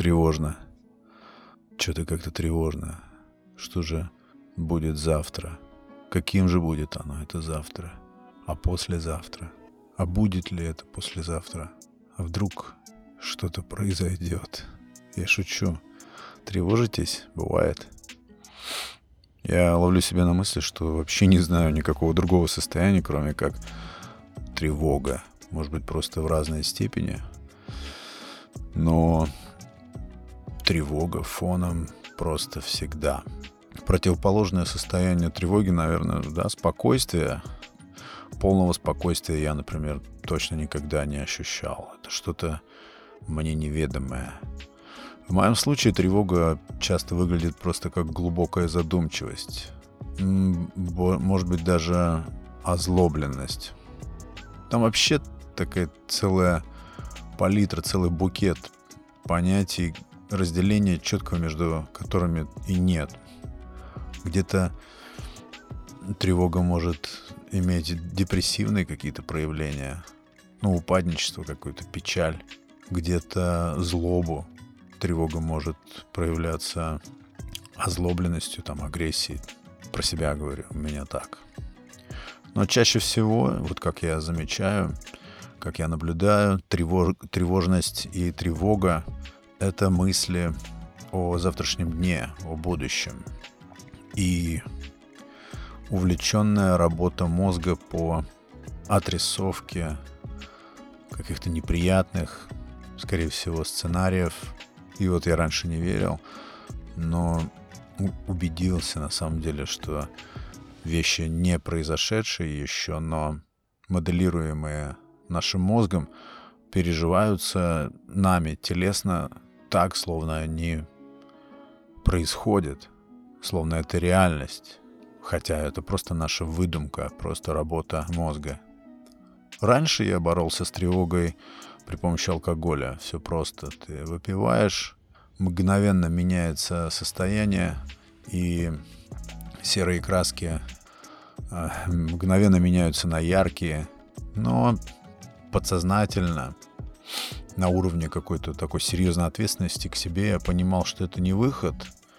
Тревожно. Что-то как-то тревожно. Что же будет завтра? Каким же будет оно, это завтра? А послезавтра? А будет ли это послезавтра? А вдруг что-то произойдет? Я шучу. Тревожитесь? Бывает. Я ловлю себя на мысли, что вообще не знаю никакого другого состояния, кроме как тревога. Может быть, просто в разной степени. Но тревога фоном просто всегда. Противоположное состояние тревоги, наверное, да, спокойствие. Полного спокойствия я, например, точно никогда не ощущал. Это что-то мне неведомое. В моем случае тревога часто выглядит просто как глубокая задумчивость. Может быть, даже озлобленность. Там вообще такая целая палитра, целый букет понятий, разделения четкого между которыми и нет. Где-то тревога может иметь депрессивные какие-то проявления, упадничество какое-то, печаль, где-то злобу. Тревога может проявляться озлобленностью, агрессией. Про себя говорю, у меня так. Но чаще всего, вот как я замечаю, как я наблюдаю, тревожность и тревога — это мысли о завтрашнем дне, о будущем. И увлеченная работа мозга по отрисовке каких-то неприятных, скорее всего, сценариев. И вот я раньше не верил, но убедился на самом деле, что вещи не произошедшие еще, но моделируемые нашим мозгом, переживаются нами телесно так, словно они происходят, словно это реальность. Хотя это просто наша выдумка, просто работа мозга. Раньше я боролся с тревогой при помощи алкоголя. Все просто. Ты выпиваешь, мгновенно меняется состояние, и серые краски мгновенно меняются на яркие. Но подсознательно, на уровне какой-то такой серьезной ответственности к себе, я понимал, что это не выход,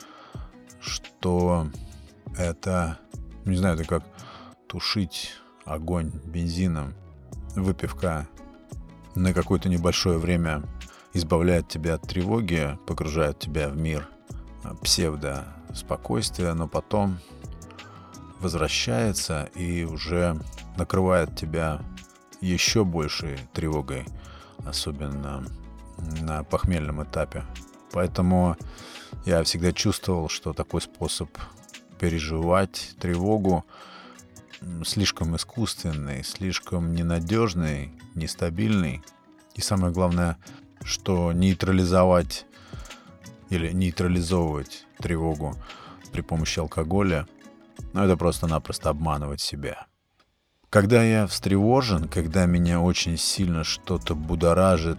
что это, не знаю, это как тушить огонь бензином. Выпивка на какое-то небольшое время избавляет тебя от тревоги, погружает тебя в мир псевдо-спокойствия, но потом возвращается и уже накрывает тебя еще большей тревогой, особенно на похмельном этапе. Поэтому я всегда чувствовал, что такой способ переживать тревогу слишком искусственный, слишком ненадежный, нестабильный. И самое главное, что нейтрализовать или нейтрализовывать тревогу при помощи алкоголя, это просто-напросто обманывать себя. Когда я встревожен, когда меня очень сильно что-то будоражит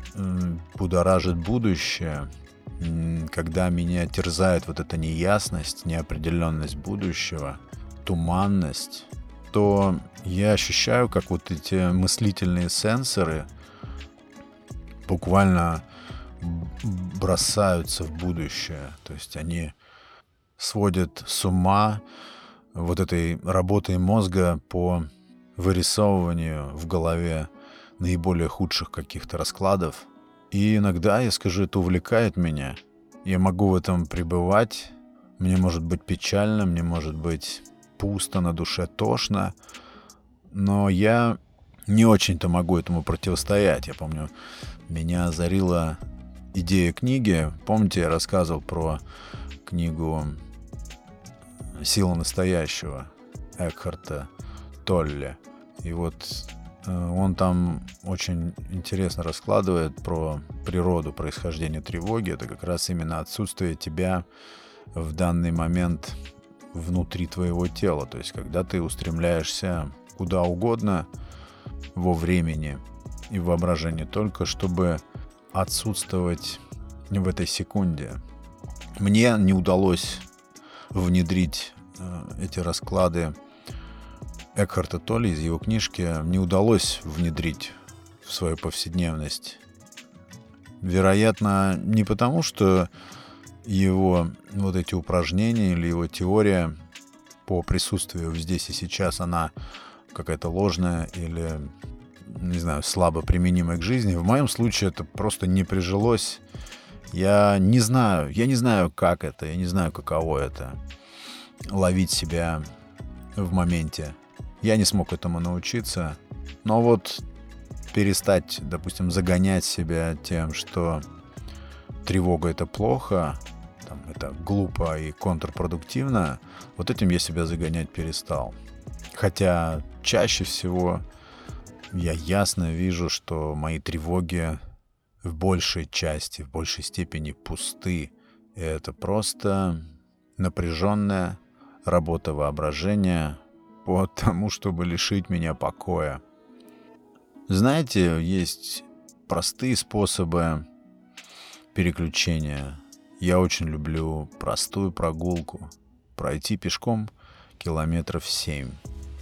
будущее, когда меня терзает вот эта неясность, неопределенность будущего, туманность, то я ощущаю, как вот эти мыслительные сенсоры буквально бросаются в будущее. То есть они сводят с ума вот этой работой мозга по вырисовыванию в голове наиболее худших каких-то раскладов. И иногда, я скажу, это увлекает меня. Я могу в этом пребывать. Мне может быть печально, мне может быть пусто, на душе тошно. Но я не очень-то могу этому противостоять. Я помню, меня озарила идея книги. Помните, я рассказывал про книгу «Сила настоящего» Экхарта Толле. И вот он там очень интересно раскладывает про природу происхождения тревоги. Это как раз именно отсутствие тебя в данный момент внутри твоего тела. То есть, когда ты устремляешься куда угодно во времени и в воображении, только чтобы отсутствовать в этой секунде. Мне не удалось внедрить эти расклады Экхарта Толле из его книжки, не удалось внедрить в свою повседневность Вероятно, не потому, что его вот эти упражнения или его теория по присутствию здесь и сейчас, она какая-то ложная или, не знаю, слабо применимая к жизни. В моем случае это просто не прижилось. Я не знаю, как это, я не знаю, каково это — ловить себя в моменте. Я не смог этому научиться. Но вот перестать, допустим, загонять себя тем, что тревога — это плохо, там, это глупо и контрпродуктивно, вот этим я себя загонять перестал. Хотя чаще всего я ясно вижу, что мои тревоги в большей части, в большей степени пусты. И это просто напряженная работа воображения по тому, чтобы лишить меня покоя. Знаете, есть простые способы переключения. Я очень люблю простую прогулку. Пройти пешком километров 7.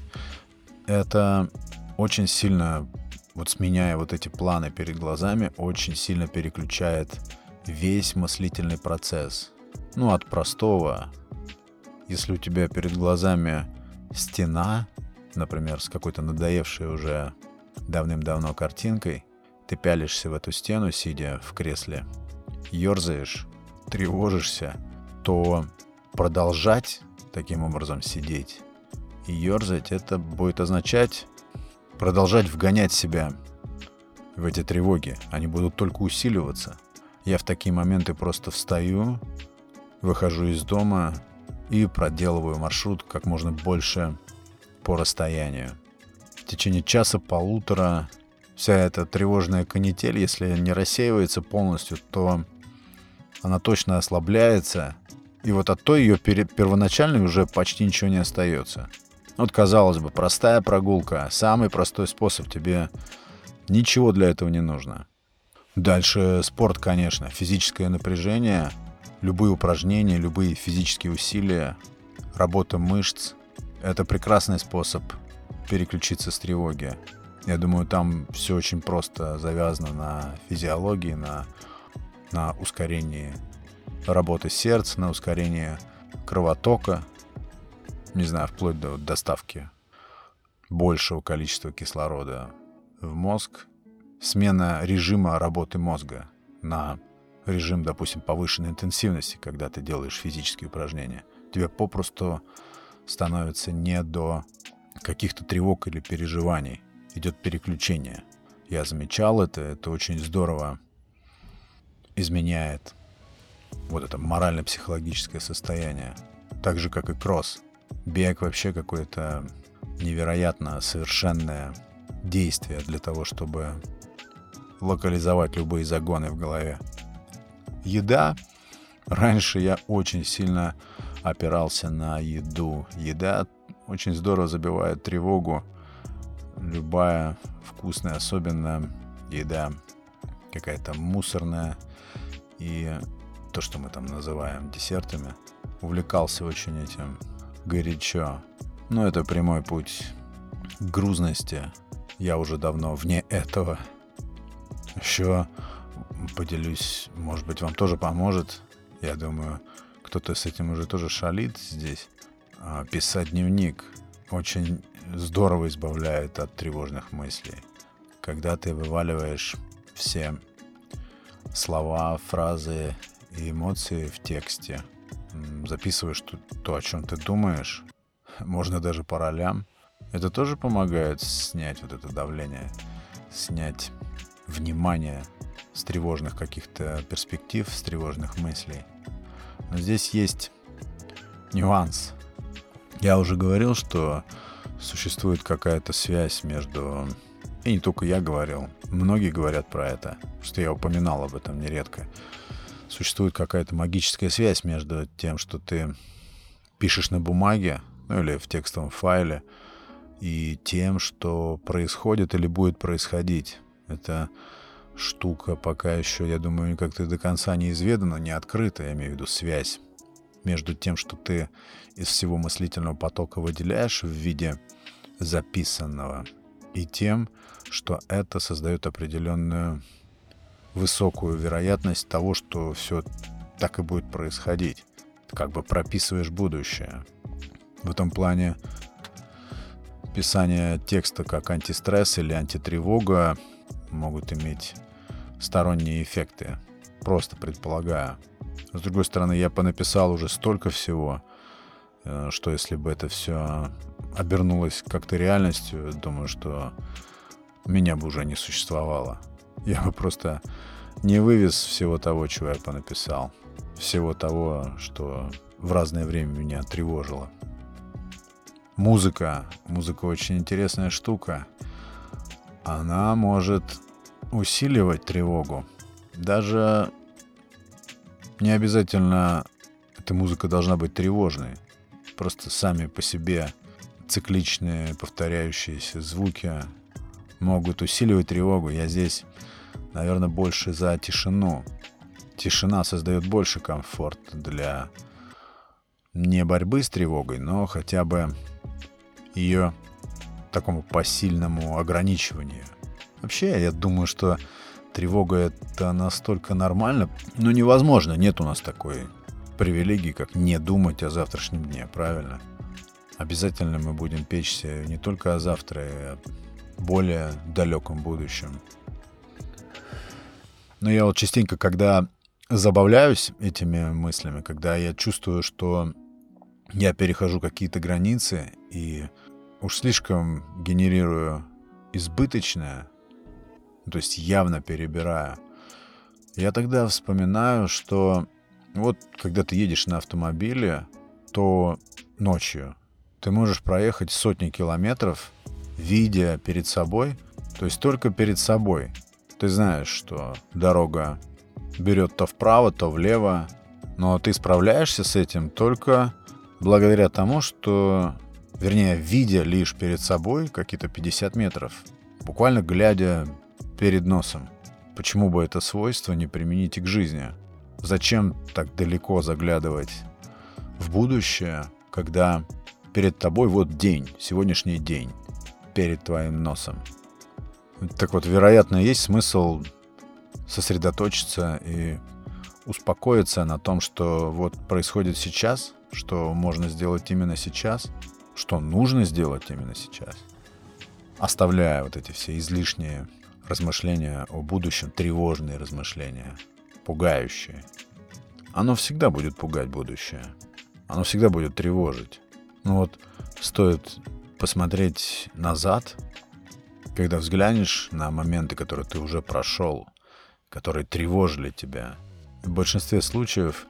Это очень сильно, вот сменяя вот эти планы перед глазами, очень сильно переключает весь мыслительный процесс. Ну, от простого. Если у тебя перед глазами стена, например, с какой-то надоевшей уже давным-давно картинкой, ты пялишься в эту стену, сидя в кресле, ерзаешь, тревожишься, то продолжать таким образом сидеть и ерзать — это будет означать продолжать вгонять себя в эти тревоги. Они будут только усиливаться. Я в такие моменты просто встаю, выхожу из дома и проделываю маршрут как можно больше по расстоянию. В течение часа-полутора вся эта тревожная канитель, если не рассеивается полностью, то она точно ослабляется. И вот от той ее первоначальной уже почти ничего не остается. Вот, казалось бы, простая прогулка, самый простой способ, тебе ничего для этого не нужно. Дальше спорт, конечно, физическое напряжение, любые упражнения, любые физические усилия, работа мышц — это прекрасный способ переключиться с тревоги. Я думаю, там все очень просто завязано на физиологии, на ускорении работы сердца, на ускорении кровотока, не знаю, вплоть до доставки большего количества кислорода в мозг. Смена режима работы мозга на режим, допустим, повышенной интенсивности, когда ты делаешь физические упражнения. Тебе попросту становится не до каких-то тревог или переживаний. Идет переключение. Я замечал это очень здорово изменяет вот это морально-психологическое состояние. Так же, как и кросс. Бег вообще какое-то невероятно совершенное действие для того, чтобы локализовать любые загоны в голове. Еда. Раньше я очень сильно опирался на еду. Еда очень здорово забивает тревогу. Любая вкусная, особенно еда какая-то мусорная и то, что мы там называем десертами. Увлекался очень этим горячо. Но это прямой путь к грузности. Я уже давно вне этого. Еще поделюсь, может быть, вам тоже поможет. Я думаю, кто-то с этим уже тоже шалит здесь. Писать дневник очень здорово избавляет от тревожных мыслей. Когда ты вываливаешь все слова, фразы и эмоции в тексте, записываешь то, о чем ты думаешь, можно даже по ролям. Это тоже помогает снять вот это давление, снять внимание с тревожных каких-то перспектив, с тревожных мыслей. Но здесь есть нюанс. Я уже говорил, что существует какая-то связь между... И не только я говорил, многие говорят про это, что я упоминал об этом нередко. Существует какая-то магическая связь между тем, что ты пишешь на бумаге, ну или в текстовом файле, и тем, что происходит или будет происходить. Эта штука пока еще, я думаю, как-то до конца не изведана, не открыта, я имею в виду связь между тем, что ты из всего мыслительного потока выделяешь в виде записанного, и тем, что это создает определенную высокую вероятность того, что все так и будет происходить. Ты как бы прописываешь будущее. В этом плане писание текста как антистресс или антитревога могут иметь сторонние эффекты. Просто предполагаю. С другой стороны, я понаписал уже столько всего, что если бы это все обернулось как-то реальностью, думаю, что меня бы уже не существовало. Я бы просто не вывез всего того, чего я понаписал. Всего того, что в разное время меня тревожило. Музыка. Музыка очень интересная штука. Она может усиливать тревогу. Даже не обязательно эта музыка должна быть тревожной. Просто сами по себе цикличные, повторяющиеся звуки могут усиливать тревогу. Я здесь, наверное, больше за тишину. Тишина создает больше комфорта для не борьбы с тревогой, но хотя бы ее такому посильному ограничиванию. Вообще, я думаю, что тревога — это настолько нормально. Ну, невозможно, нет у нас такой привилегии, как не думать о завтрашнем дне, правильно? Обязательно мы будем печься не только о завтра, а о более далеком будущем. Но я вот частенько, когда забавляюсь этими мыслями, когда я чувствую, что я перехожу какие-то границы и уж слишком генерирую избыточное, то есть явно перебираю, я тогда вспоминаю, что вот когда ты едешь на автомобиле, то ночью ты можешь проехать сотни километров, видя перед собой, то есть только перед собой. Ты знаешь, что дорога берет то вправо, то влево, но ты справляешься с этим только благодаря тому, что, вернее, видя лишь перед собой какие-то 50 метров, буквально глядя перед носом. Почему бы это свойство не применить и к жизни? Зачем так далеко заглядывать в будущее, когда перед тобой вот день, сегодняшний день, перед твоим носом? Так вот, вероятно, есть смысл сосредоточиться и успокоиться на том, что вот происходит сейчас, что можно сделать именно сейчас, что нужно сделать именно сейчас, оставляя вот эти все излишние размышления о будущем, тревожные размышления, пугающие. Оно всегда будет пугать будущее. Оно всегда будет тревожить. Ну вот стоит посмотреть назад, когда взглянешь на моменты, которые ты уже прошел, которые тревожили тебя. В большинстве случаев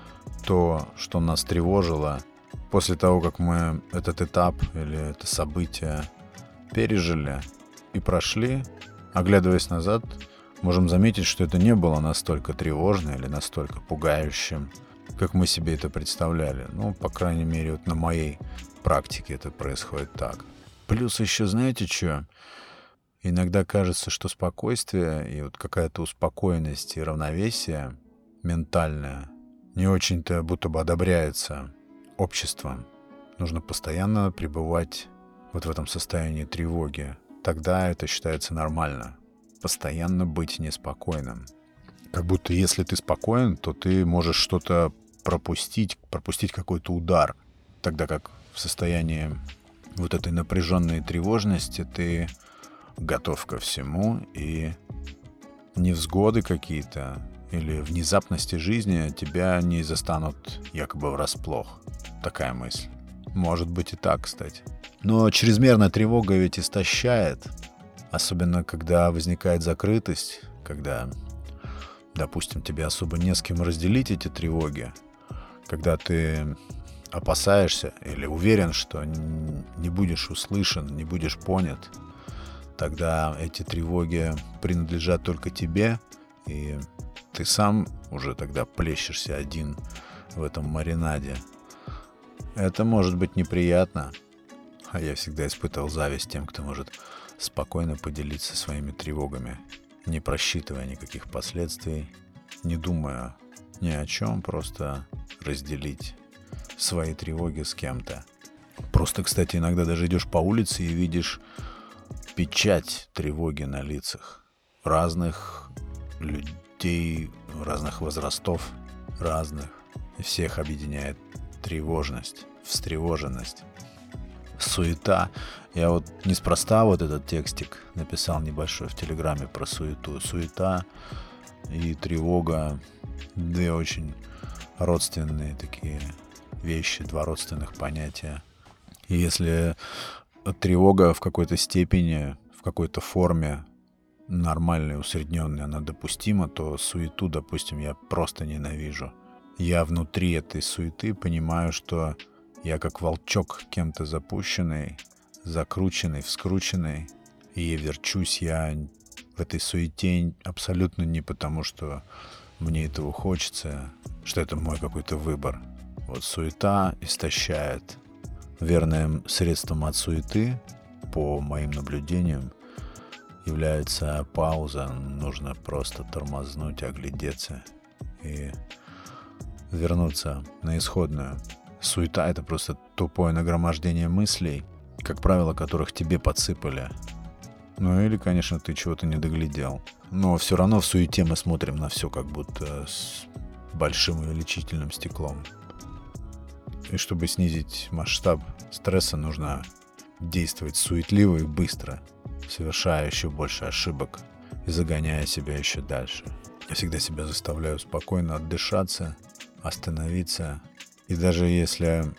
то, что нас тревожило, после того, как мы этот этап или это событие пережили и прошли, оглядываясь назад, можем заметить, что это не было настолько тревожно или настолько пугающим, как мы себе это представляли. Ну, по крайней мере, вот на моей практике это происходит так. Плюс еще, знаете что? Иногда кажется, что спокойствие и вот какая-то успокоенность и равновесие ментальное не очень-то будто бы одобряется обществом. Нужно постоянно пребывать вот в этом состоянии тревоги. Тогда это считается нормально. Постоянно быть неспокойным. Как будто если ты спокоен, то ты можешь что-то пропустить какой-то удар. Тогда как в состоянии вот этой напряженной тревожности ты готов ко всему, и невзгоды какие-то или внезапности жизни тебя не застанут якобы врасплох. Такая мысль. Может быть и так, кстати. Но чрезмерная тревога ведь истощает. Особенно, когда возникает закрытость, когда, допустим, тебе особо не с кем разделить эти тревоги, когда ты опасаешься или уверен, что не будешь услышан, не будешь понят, тогда эти тревоги принадлежат только тебе, и ты сам уже тогда плещешься один в этом маринаде. Это может быть неприятно, а я всегда испытывал зависть тем, кто может спокойно поделиться своими тревогами, не просчитывая никаких последствий, не думая ни о чем, просто разделить свои тревоги с кем-то. Просто, кстати, иногда даже идешь по улице и видишь печать тревоги на лицах разных людей разных возрастов, разных. И всех объединяет тревожность, встревоженность, суета. Я вот неспроста вот этот текстик написал небольшой в Телеграме про суету. Суета и тревога — две очень родственные такие вещи, два родственных понятия. И если тревога в какой-то степени, в какой-то форме нормальная, усредненная, она допустима, то суету, допустим, я просто ненавижу. Я внутри этой суеты понимаю, что я как волчок кем-то запущенный, закрученный, вскрученный, и верчусь я в этой суете абсолютно не потому, что мне этого хочется, что это мой какой-то выбор. Вот суета истощает. Верным средством от суеты, по моим наблюдениям, является пауза. Нужно просто тормознуть, оглядеться и вернуться на исходную. Суета — это просто тупое нагромождение мыслей, как правило, которых тебе подсыпали. Ну или, конечно, ты чего-то не доглядел. Но все равно в суете мы смотрим на все как будто с большим увеличительным стеклом. И чтобы снизить масштаб стресса, нужно действовать суетливо и быстро, совершая еще больше ошибок и загоняя себя еще дальше. Я всегда себя заставляю спокойно отдышаться, остановиться. И даже если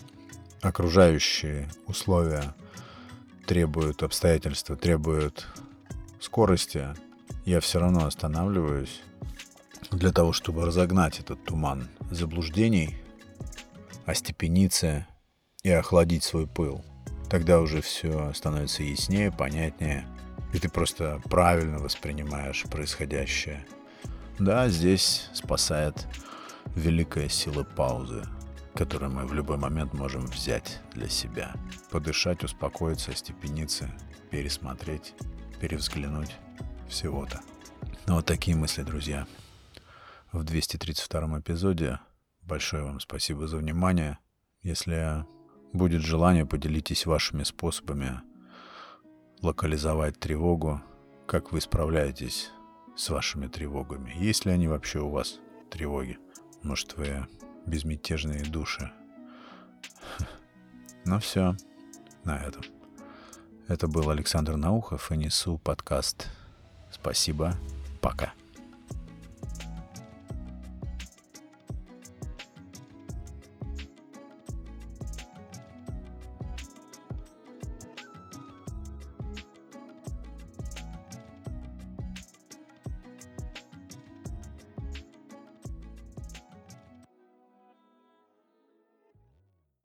окружающие условия требуют, обстоятельства требуют скорости, я все равно останавливаюсь для того, чтобы разогнать этот туман заблуждений, остепениться и охладить свой пыл. Тогда уже все становится яснее, понятнее, и ты просто правильно воспринимаешь происходящее. Да, здесь спасает великая сила паузы, которую мы в любой момент можем взять для себя. Подышать, успокоиться, остепениться, пересмотреть, перевзглянуть. Всего-то. Ну, вот такие мысли, друзья. В 232-м эпизоде. Большое вам спасибо за внимание. Если будет желание, поделитесь вашими способами локализовать тревогу. Как вы справляетесь с вашими тревогами? Есть ли они вообще у вас, тревоги? Может, вы безмятежные души? Ну все, на этом. Это был Александр Наухов и несу подкаст. Спасибо, пока.